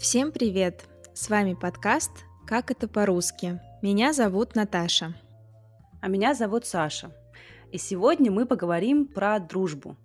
Всем привет! С вами подкаст «Как это по-русски». Меня зовут Наташа. А меня зовут Саша. И сегодня мы поговорим про дружбу.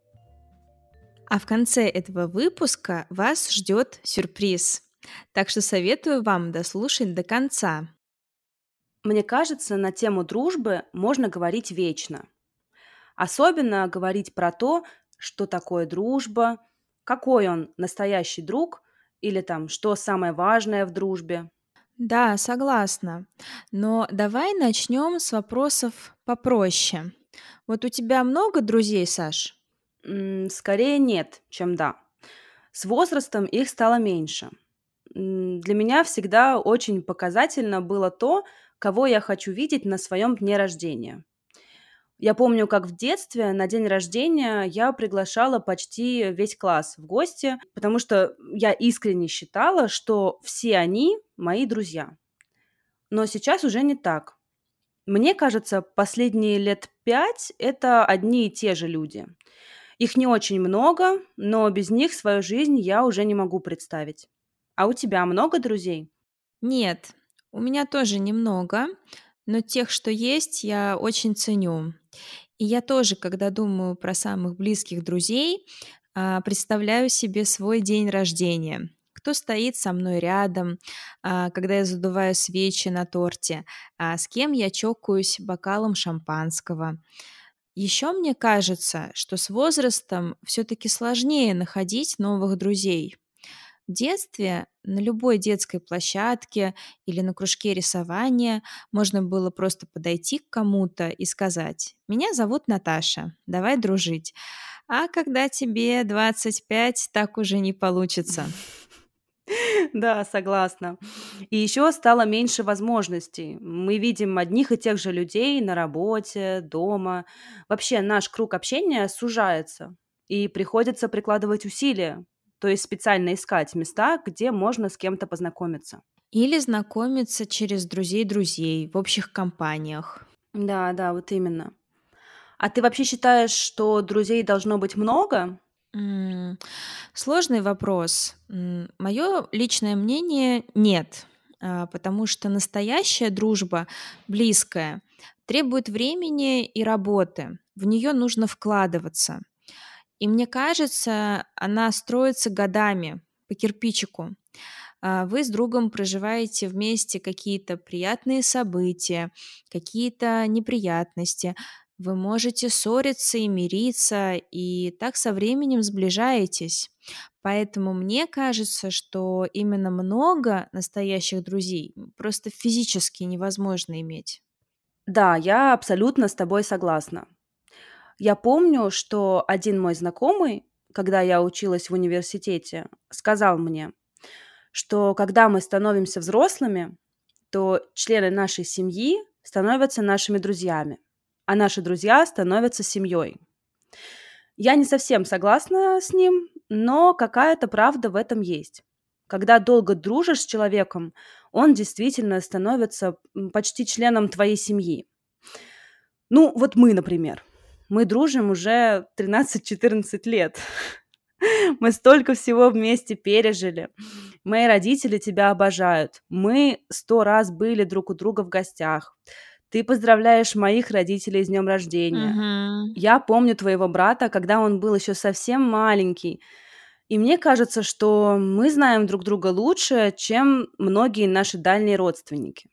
А в конце этого выпуска вас ждет сюрприз. Так что советую вам дослушать до конца. Мне кажется, на тему дружбы можно говорить вечно. Особенно говорить про то, что такое дружба, какой он настоящий друг или там, что самое важное в дружбе. Да, согласна. Но давай начнем с вопросов попроще. Вот у тебя много друзей, Саш? Скорее нет, чем да. С возрастом их стало меньше. Для меня всегда очень показательно было то, кого я хочу видеть на своем дне рождения. Я помню, как в детстве на день рождения я приглашала почти весь класс в гости, потому что я искренне считала, что все они мои друзья. Но сейчас уже не так. Мне кажется, последние лет 5 это одни и те же люди. Их не очень много, но без них свою жизнь я уже не могу представить. А у тебя много друзей? Нет, у меня тоже немного, но тех, что есть, я очень ценю. И я тоже, когда думаю про самых близких друзей, представляю себе свой день рождения. Кто стоит со мной рядом, когда я задуваю свечи на торте, с кем я чокаюсь бокалом шампанского. Еще мне кажется, что с возрастом все-таки сложнее находить новых друзей. В детстве на любой детской площадке или на кружке рисования можно было просто подойти к кому-то и сказать: «Меня зовут Наташа, давай дружить». А когда тебе 25, так уже не получится. Да, согласна. И еще стало меньше возможностей. Мы видим одних и тех же людей на работе, дома. Вообще наш круг общения сужается, и приходится прикладывать усилия, то есть специально искать места, где можно с кем-то познакомиться. Или знакомиться через друзей друзей в общих компаниях. Да, да, вот именно. А ты вообще считаешь, что друзей должно быть много? М, Сложный вопрос. Мое личное мнение — нет, потому что настоящая дружба, близкая, требует времени и работы. В нее нужно вкладываться. И мне кажется, она строится годами по кирпичику. Вы с другом проживаете вместе какие-то приятные события, какие-то неприятности. Вы можете ссориться и мириться, и так со временем сближаетесь. Поэтому мне кажется, что именно много настоящих друзей просто физически невозможно иметь. Да, я абсолютно с тобой согласна. Я помню, что один мой знакомый, когда я училась в университете, сказал мне, что когда мы становимся взрослыми, то члены нашей семьи становятся нашими друзьями, а наши друзья становятся семьей. Я не совсем согласна с ним, но какая-то правда в этом есть. Когда долго дружишь с человеком, он действительно становится почти членом твоей семьи. Ну, вот мы, например. Мы дружим уже 13-14 лет. Мы столько всего вместе пережили. Мои родители тебя обожают. Мы 100 раз были друг у друга в гостях. Ты поздравляешь моих родителей с днем рождения. Мгм. Я помню твоего брата, когда он был еще совсем маленький. И мне кажется, что мы знаем друг друга лучше, чем многие наши дальние родственники.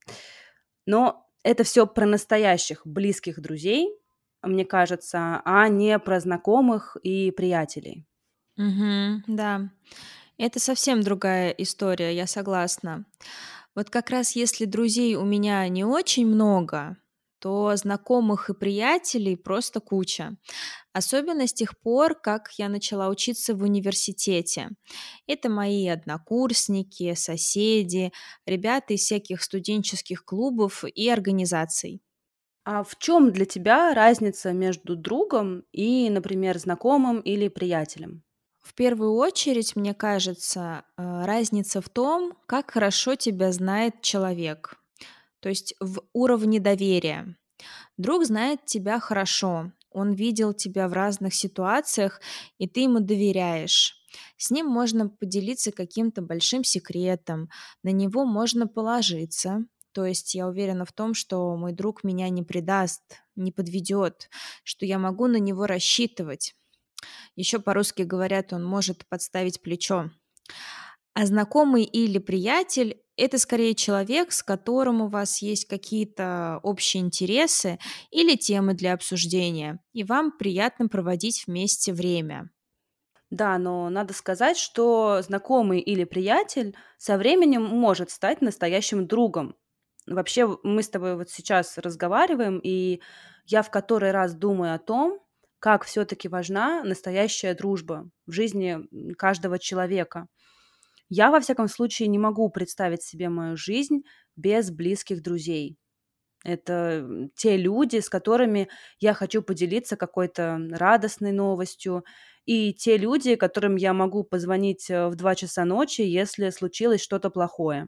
Но это все про настоящих близких друзей, мне кажется, а не про знакомых и приятелей. Мгм. Да, это совсем другая история, я согласна. Вот как раз если друзей у меня не очень много, то знакомых и приятелей просто куча. Особенно с тех пор, как я начала учиться в университете. Это мои однокурсники, соседи, ребята из всяких студенческих клубов и организаций. А в чем для тебя разница между другом и, например, знакомым или приятелем? В первую очередь, мне кажется, разница в том, как хорошо тебя знает человек, то есть в уровне доверия. Друг знает тебя хорошо, он видел тебя в разных ситуациях, и ты ему доверяешь. С ним можно поделиться каким-то большим секретом, на него можно положиться. То есть я уверена в том, что мой друг меня не предаст, не подведет, что я могу на него рассчитывать. Еще по-русски говорят, он может подставить плечо. А знакомый или приятель — это скорее человек, с которым у вас есть какие-то общие интересы или темы для обсуждения, и вам приятно проводить вместе время. Да, но надо сказать, что знакомый или приятель со временем может стать настоящим другом. Вообще, мы с тобой вот сейчас разговариваем, и я в который раз думаю о том, как все-таки важна настоящая дружба в жизни каждого человека. Я, во всяком случае, не могу представить себе мою жизнь без близких друзей. Это те люди, с которыми я хочу поделиться какой-то радостной новостью, и те люди, которым я могу позвонить в 2 часа ночи, если случилось что-то плохое.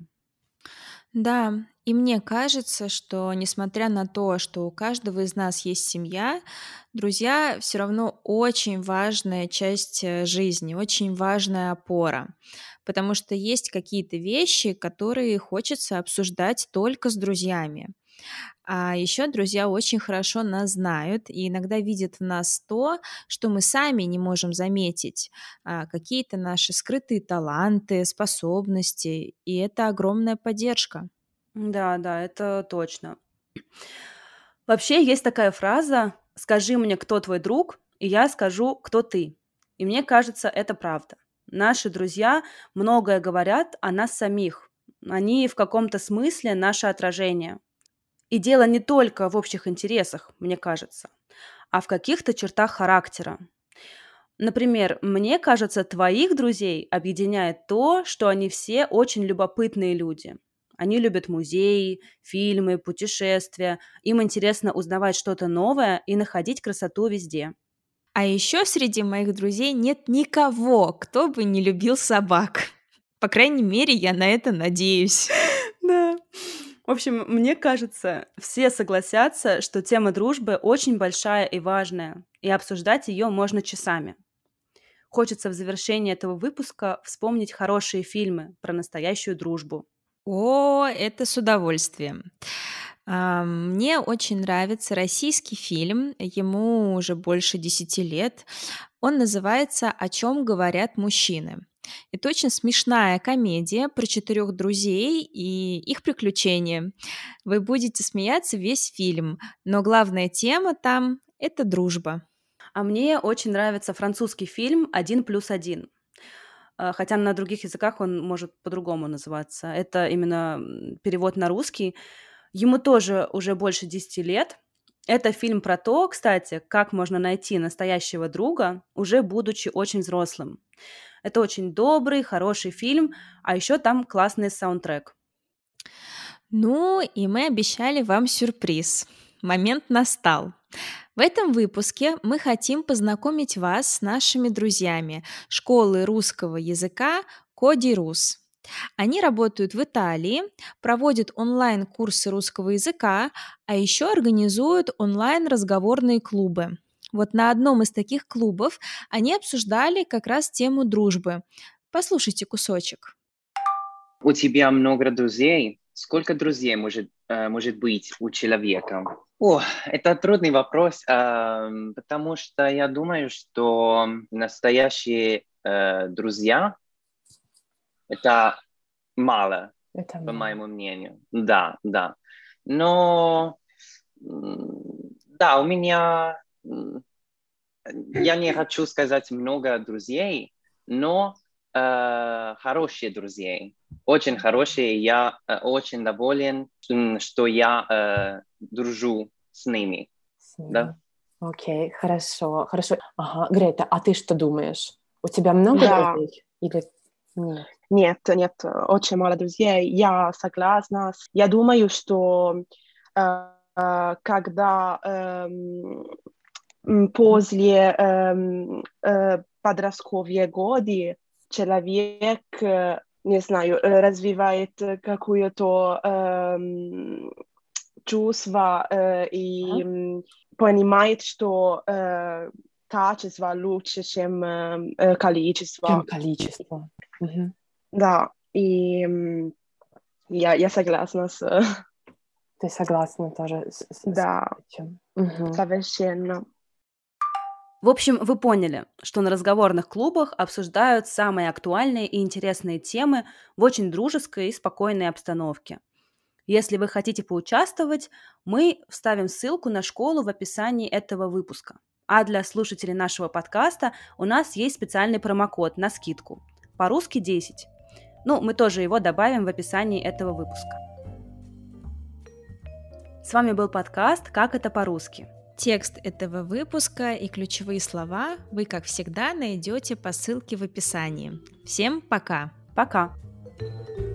Да, и мне кажется, что несмотря на то, что у каждого из нас есть семья, друзья все равно очень важная часть жизни, очень важная опора, потому что есть какие-то вещи, которые хочется обсуждать только с друзьями. А еще друзья очень хорошо нас знают и иногда видят в нас то, что мы сами не можем заметить, какие-то наши скрытые таланты, способности, и это огромная поддержка. Да, да, это точно. Вообще есть такая фраза: "Скажи мне, кто твой друг, и я скажу, кто ты". И мне кажется, это правда. Наши друзья многое говорят о нас самих. Они в каком-то смысле наше отражение. И дело не только в общих интересах, мне кажется, а в каких-то чертах характера. Например, мне кажется, твоих друзей объединяет то, что они все очень любопытные люди. Они любят музеи, фильмы, путешествия. Им интересно узнавать что-то новое и находить красоту везде. А еще среди моих друзей нет никого, кто бы не любил собак. По крайней мере, я на это надеюсь. Да. В общем, мне кажется, все согласятся, что тема дружбы очень большая и важная, и обсуждать ее можно часами. Хочется в завершении этого выпуска вспомнить хорошие фильмы про настоящую дружбу. О, это с удовольствием. Мне очень нравится российский фильм, ему уже больше 10 лет. Он называется «О чем говорят мужчины». Это очень смешная комедия про 4 друзей и их приключения. Вы будете смеяться весь фильм, но главная тема там — это дружба. А мне очень нравится французский фильм "Один плюс один", хотя на других языках он может по-другому называться. Это именно, перевод на русский. Ему тоже уже больше 10 лет. Это фильм про то, кстати, как можно найти настоящего друга, уже будучи очень взрослым. Это очень добрый, хороший фильм, а еще там классный саундтрек. Ну, и мы обещали вам сюрприз. Момент настал. В этом выпуске мы хотим познакомить вас с нашими друзьями школы русского языка Коди Рус. Они работают в Италии, проводят онлайн-курсы русского языка, а еще организуют онлайн-разговорные клубы. Вот на одном из таких клубов они обсуждали как раз тему дружбы. Послушайте кусочек. У тебя много друзей? Сколько друзей может быть у человека? О, это трудный вопрос, потому что я думаю, что настоящие друзья — это мало, Это по мало. моему мнению. Да, да. Но да, у меня, я не хочу сказать много друзей, но хорошие друзей. Очень хорошие. Я очень доволен, что я дружу с ними. С ними. Да? Окей, хорошо, хорошо. Ага, Грета, а ты что думаешь? У тебя много Да, друзей или нет? нет, очень мало друзей. Я согласна. Я думаю, что когда после подростковые годы человек, не знаю, развивает какое-то чувство и Ага. понимает, что качество лучше, чем количество. Чем количество. Мгм. Да, и я согласна с... Ты согласна тоже с Да, этим? Мгм. совершенно. В общем, вы поняли, что на разговорных клубах обсуждают самые актуальные и интересные темы в очень дружеской и спокойной обстановке. Если вы хотите поучаствовать, мы вставим ссылку на школу в описании этого выпуска. А для слушателей нашего подкаста у нас есть специальный промокод на скидку. По-русски 10. Ну, мы тоже его добавим в описании этого выпуска. С вами был подкаст «Как это по-русски». Текст этого выпуска и ключевые слова вы, как всегда, найдете по ссылке в описании. Всем пока! Пока!